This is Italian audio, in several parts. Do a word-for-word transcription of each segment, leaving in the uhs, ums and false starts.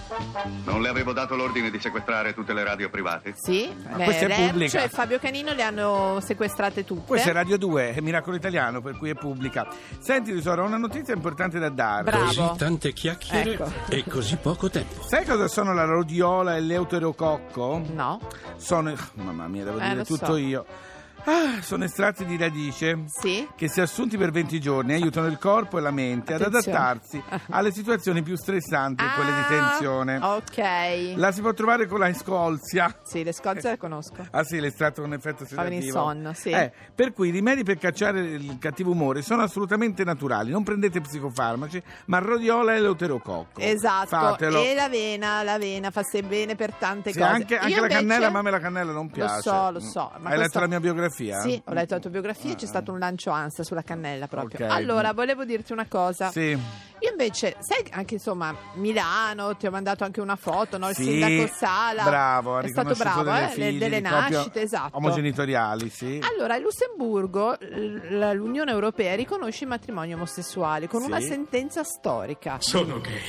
Non le avevo dato l'ordine di sequestrare tutte le radio private? Sì, Ma questa è Lercio pubblica. e Fabio Canino le hanno sequestrate tutte. Questa è Radio due, è Miracolo Italiano, per cui è pubblica. Senti tesoro, ho una notizia importante da darti. Bravo. Così tante chiacchiere Ecco. e così poco tempo. Sai cosa sono la rhodiola e l'euterococco? No. Sono, mamma mia, devo Eh, dire lo tutto so. io. Ah, sono estratti di radice Sì. che, se assunti per venti giorni, aiutano il corpo e la mente ad Attenzione. adattarsi alle situazioni più stressanti e quelle di Ah, tensione. Ok. La si può trovare con la scolzia. Sì, le scolze le conosco. Ah sì, l'estratto con effetto Fa venire sedativo. sonno, sì. Eh, per cui i rimedi per cacciare il cattivo umore sono assolutamente naturali. Non prendete psicofarmaci, ma rhodiola e l'euterococco. Esatto. Fatelo. E l'avena, l'avena fa se bene per tante Sì, cose. anche, anche Io la invece- cannella, ma a me la cannella non piace. Lo so, lo so. Ma Hai questo- letto la mia biografia? Sì, ho letto la tua biografia e c'è stato un lancio ANSA sulla cannella proprio. Ok. Allora, volevo dirti una cosa. Sì. Io invece, sai anche insomma, Milano, ti ho mandato anche una foto, no? Il Sì, sindaco Sala. bravo, ha è stato riconosciuto bravo, delle eh? figlie delle proprio nascite, esatto. omogenitoriali, sì. Allora, in Lussemburgo l- l'Unione Europea riconosce i matrimoni omosessuali con Sì. una sentenza storica. Sono gay.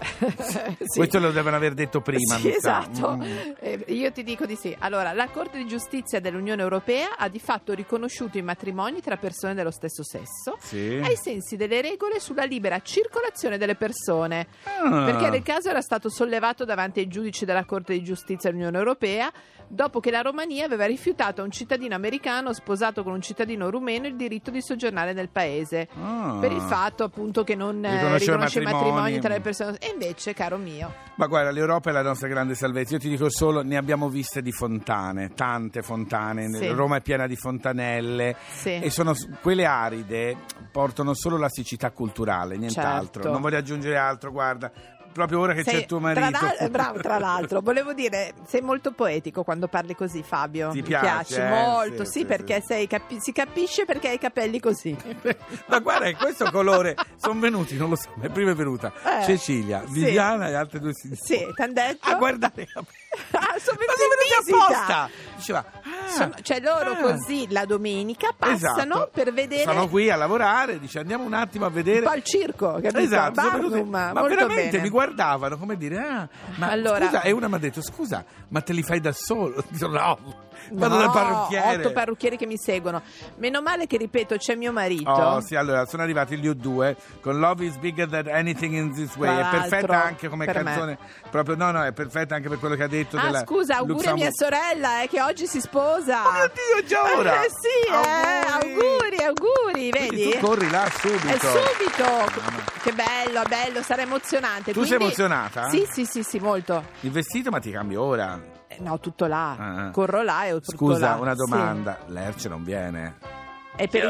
Sì. Questo lo devono aver detto prima, Sì, mi sa. esatto. Mm. Eh, io ti dico di sì. Allora, la Corte di Giustizia dell'Unione Europea ha di fatto riconosciuto i matrimoni tra persone dello stesso sesso Sì. ai sensi delle regole sulla libera circolazione delle persone. Ah. Perché il caso era stato sollevato davanti ai giudici della Corte di Giustizia dell'Unione Europea dopo che la Romania aveva rifiutato a un cittadino americano sposato con un cittadino rumeno il diritto di soggiornare nel paese. Ah. Per il fatto appunto che non eh, Riconosce riconosce i matrimoni. matrimoni tra le persone. E invece, caro mio, Ma guarda, l'Europa è la nostra grande salvezza. Io ti dico solo, ne abbiamo viste di fontane, tante fontane. Sì. Roma è piena di fontanelle. Sì. E sono quelle aride portano solo la siccità culturale, nient'altro. Certo. Non voglio aggiungere altro, guarda. Proprio ora che sei- c'è tuo marito. Tra, l'al- bravo, tra l'altro, volevo dire, sei molto poetico quando parli così, Fabio. Ti Mi piace, eh? molto, Sì, sì, sì, perché sì. sei capi- si capisce perché hai i capelli così. Ma guarda, che questo colore sono venuti, non lo so, ma prima è venuta Eh, Cecilia, sì. Viviana e altre due signore. Sì, t'han detto? A guardare i capelli. Ah, sono Ma venuti sono in venuti visita. apposta. Diceva, ah, Sono- cioè loro ah. così la domenica passano Esatto. per vedere Sono qui a lavorare, dice andiamo un attimo a vedere. un po' il circo, capito? Esatto, sono Barnum, venuti- ma molto veramente bene. mi guardavano come dire, ah, ma Allora- scusa, e una mi ha detto, scusa, ma te li fai da solo? Dico, no, vado No, dal parrucchiere. otto parrucchieri che mi seguono. Meno male che, ripeto, c'è mio marito. Oh sì, allora sono arrivati gli U due con Love is Bigger Than Anything in This Way. Tra È perfetta l'altro, anche come per me. canzone. Proprio, no, no, è perfetta anche per quello che ha detto. Ah, della scusa, auguri a mia Luxembourg. sorella, eh, che oggi si sposa. Oh mio Dio, è già ora! Eh sì, eh, auguri, auguri, vedi? Quindi tu corri là subito. È subito. Mamma. Che bello, bello, sarà emozionante. Tu Quindi- sei emozionata? Sì, sì, sì, sì, molto. Il vestito, ma ti cambio ora. Eh, no, tutto là. Ah. Corro là e ho tutto Scusa, là. una Sì. domanda. L'Erce non viene. È per il...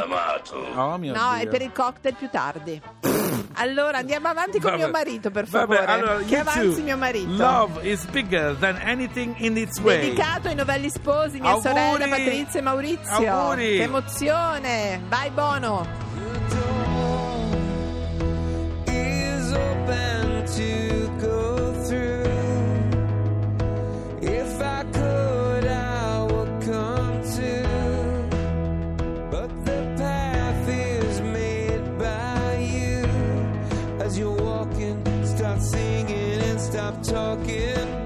Oh mio No, Dio. è per il cocktail più tardi. Allora andiamo avanti con Vabbè. mio marito, per Vabbè, favore. allora, che you avanzi two. mio marito. Love is bigger than anything in its way. Dedicato ai novelli sposi, mia Auguri. sorella Patrizia e Maurizio. Auguri. Che emozione! Vai Bono! is open to go through. If I could, I would come to. But the path is made by you. As you're walking, start singing and stop talking.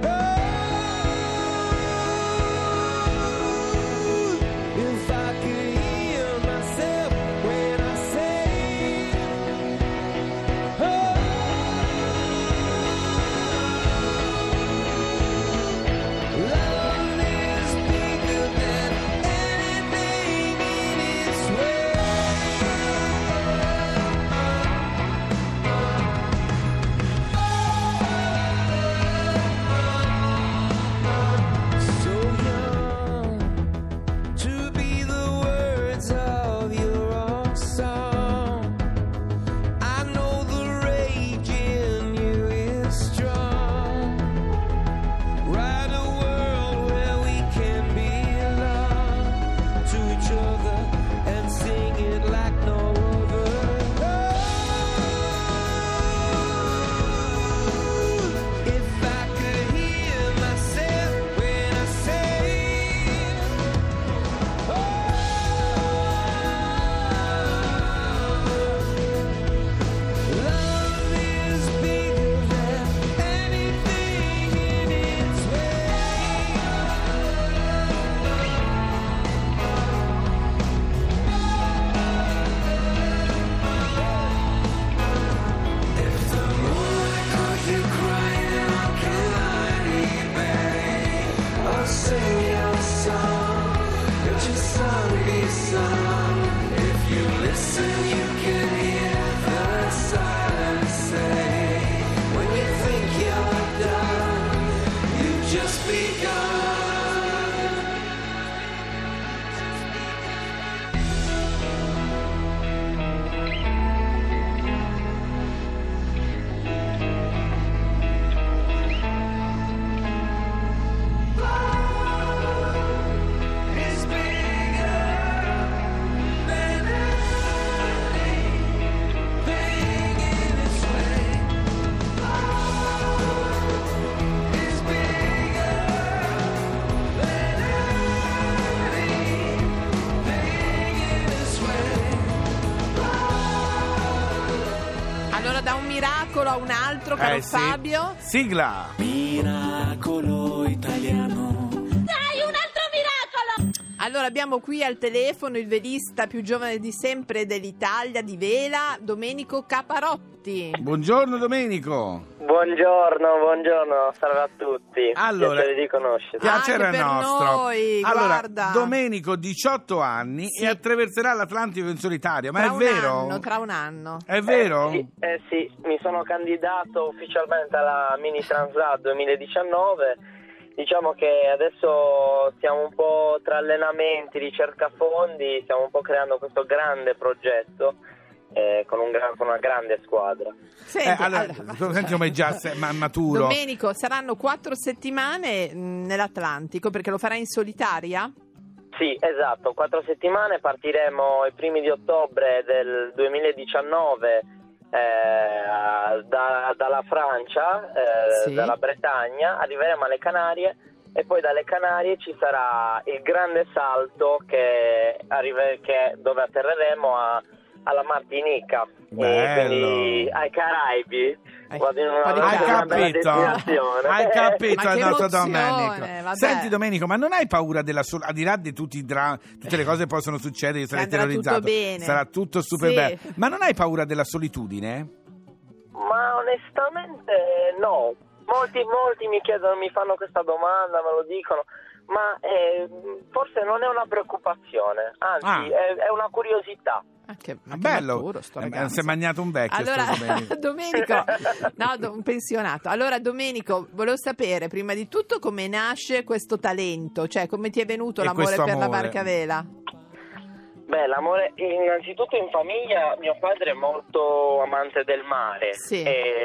If I could hear myself when I say, oh, love is bigger than anything in its way. miracolo a un altro, caro Eh, sì. Fabio? Sigla. Miracolo italiano. Allora abbiamo qui al telefono il velista più giovane di sempre dell'Italia di vela, Domenico Caparotti. Buongiorno Domenico. Buongiorno, buongiorno, salve a tutti. Allora, piacere di conoscerti. piacere Anche per nostro. noi, allora, guarda. Domenico, diciotto anni Sì. e attraverserà l'Atlantico in solitario, ma Tra è un vero? anno, tra un anno. È vero? Eh sì, eh sì, mi sono candidato ufficialmente alla Mini Transat duemiladiciannove. Diciamo che adesso siamo un po' tra allenamenti, ricerca fondi, stiamo un po' creando questo grande progetto eh, con, un gran- con una grande squadra. Senti, Eh, allora, allora- senti come è già se- ma- maturo. Domenico, saranno quattro settimane mh, nell'Atlantico perché lo farai in solitaria? Sì, esatto, quattro settimane, partiremo i primi di ottobre del duemiladiciannove eh, da- dalla Francia, eh, Sì. dalla Bretagna, arriveremo alle Canarie e poi dalle Canarie ci sarà il grande salto che arrive- che- dove atterreremo a- alla Martinica, e Bello. quindi ai Caraibi. Hai- Vado in una, un po' di Hai calma. una bella capito? destinazione. Hai capito, Ma che il nostro emozione, Domenico. vabbè. Senti Domenico, ma non hai paura della sol- al di là di tutti i dra- tutte le cose che possono succedere, io sarei Andrà tutto terrorizzato. bene. Sarà tutto super Sì. bello. Ma non hai paura della solitudine? Ma onestamente no, molti, molti mi chiedono, mi fanno questa domanda, me lo dicono, ma eh, forse non è una preoccupazione, anzi Ah. è, è una curiosità. Ah, che, ma Ah, che bello. maturo sto Eh, ragazzo. si è mangiato un vecchio sto Allora, Domenico. Domenico, no, do- un pensionato. Allora, Domenico, volevo sapere prima di tutto come nasce questo talento, cioè come ti è venuto E l'amore questo per la amore. barca a vela? Beh, l'amore, innanzitutto in famiglia mio padre è molto amante del mare. Sì.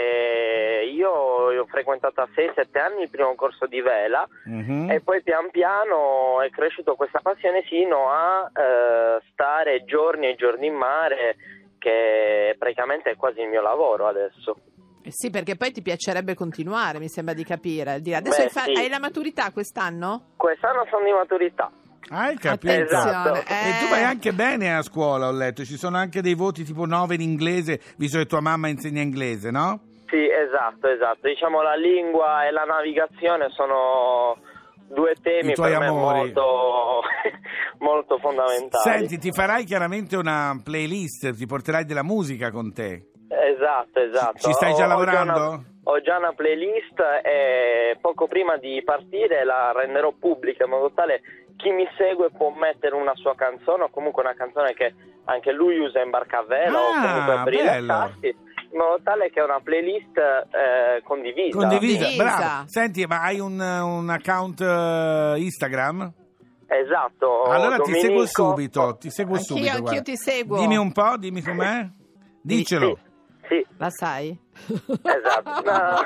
E io, io ho frequentato a sei sette anni il primo corso di vela. Mhm. E poi pian piano è cresciuto questa passione sino a eh, stare giorni e giorni in mare, che praticamente è quasi il mio lavoro adesso. Eh sì, perché poi ti piacerebbe continuare, mi sembra di capire. al di là. Adesso Beh, hai, fa- sì. hai la maturità quest'anno? Quest'anno sono di maturità. Hai capito? Attenzione, Esatto. eh. E tu vai anche bene a scuola, ho letto. Ci sono anche dei voti tipo nove in inglese, visto che tua mamma insegna inglese, no? Sì, esatto, esatto. Diciamo la lingua e la navigazione sono due temi I tuoi per me amori. molto, molto fondamentali. Senti, ti farai chiaramente una playlist, ti porterai della musica con te. Esatto, esatto. Ci stai già Ho- ho lavorando? una- Ho già una playlist e poco prima di partire la renderò pubblica in modo tale chi mi segue può mettere una sua canzone o comunque una canzone che anche lui usa in barca a vela o Ah, comunque per bello. rilassarsi, in modo tale che è una playlist eh, condivisa. Condivisa, Condivisa. bravo. Senti, ma hai un, un account eh, Instagram? Esatto. Allora ti Domenico- seguo subito, ti seguo Anch'io, subito. anch'io guarda. ti seguo. Dimmi un po', dimmi com'è. Dicelo. Sì, sì, La sai? esatto. No.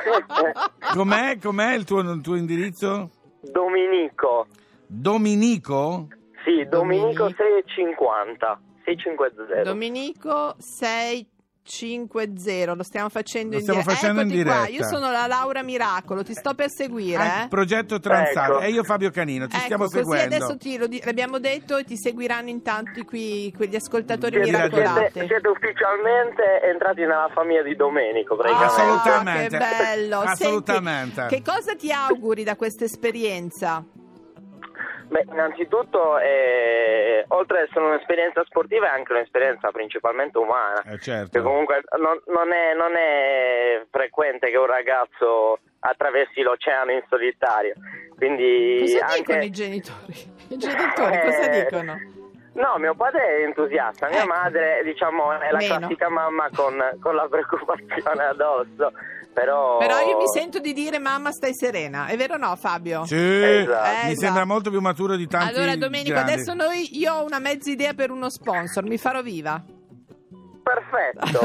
Com'è, com'è il tuo, il tuo indirizzo? Domenico. Domenico? Sì, Domenico Domenico. seicentocinquanta. seicentocinquanta. Domenico seicentocinquanta, lo stiamo facendo Lo in stiamo diretta. facendo in Eccoti qua, diretta. io sono la Laura Miracolo, ti sto per seguire. Ah, eh. progetto Transat. Ecco. E io Fabio Canino, ci Ecco, stiamo così seguendo. adesso ti, lo di- l'abbiamo detto e ti seguiranno intanto qui quegli ascoltatori Siete- miracolati. Siete, siete ufficialmente entrati nella famiglia di Domenico, Ah, praticamente. Assolutamente. che bello. Assolutamente. Senti, che cosa ti auguri da questa esperienza? Beh, innanzitutto, eh, oltre ad essere un'esperienza sportiva, è anche un'esperienza principalmente umana. Eh, certo. Che comunque non, non è, non è frequente che un ragazzo attraversi l'oceano in solitario. Quindi Cosa anche... dicono i genitori? I genitori cosa Eh, dicono? No, mio padre è entusiasta, mia Ecco. madre, diciamo, è la Meno. classica mamma con, con la preoccupazione addosso. Però... Però io mi sento di dire mamma stai serena, è vero o no Fabio? Sì, Esatto. mi Eh, sembra esatto. molto più maturo di tanti Allora Domenico, grandi. adesso noi, io ho una mezza idea per uno sponsor, mi farò viva. Perfetto,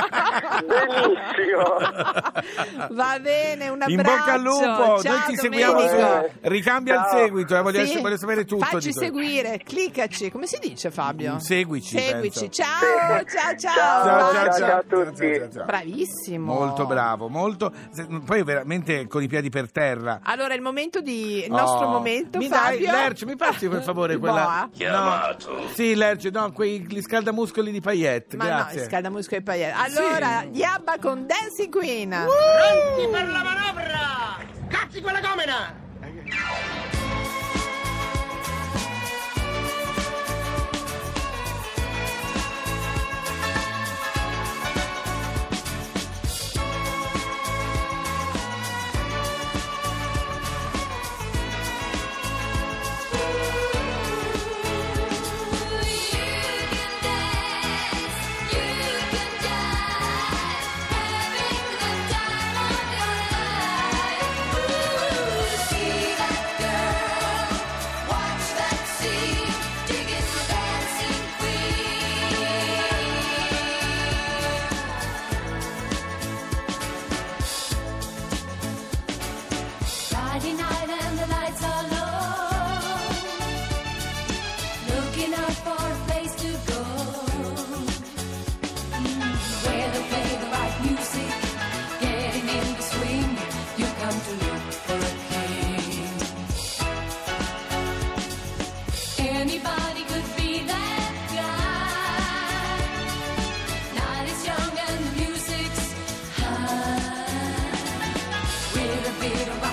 benissimo. Va bene, un abbraccio. In bocca al lupo, Ciao, noi ti Domenico. seguiamo su Ricambia il Ciao. seguito, eh, voglio, Sì, voglio sapere tutto. Facci di quello. seguire, cliccaci, come si dice Fabio? Mm, seguici, Seguici, penso. ciao, ciao, ciao. Ciao, Ciao, Bacio. ciao, ciao a ciao, tutti. ciao, ciao. Bravissimo. Molto bravo, molto. se- Poi veramente con i piedi per terra. Allora, il momento di il nostro Oh. momento, mi Fabio. dai, Lercio, mi passi per favore Il quella boa? No, sì, Lercio, no, quei gli scaldamuscoli di paillette. Ma grazie. no, grazie. Scaldamusco e pagliette. Allora, gli ABBA con Dancing Queen. Pronti per la manovra! Cazzi quella gomena! Friday night and the lights are low, looking out for a place to go, mm, where they play the right music, getting in the swing, you come to look for a king. Anybody could be that guy, night is young and the music's high, with a bit of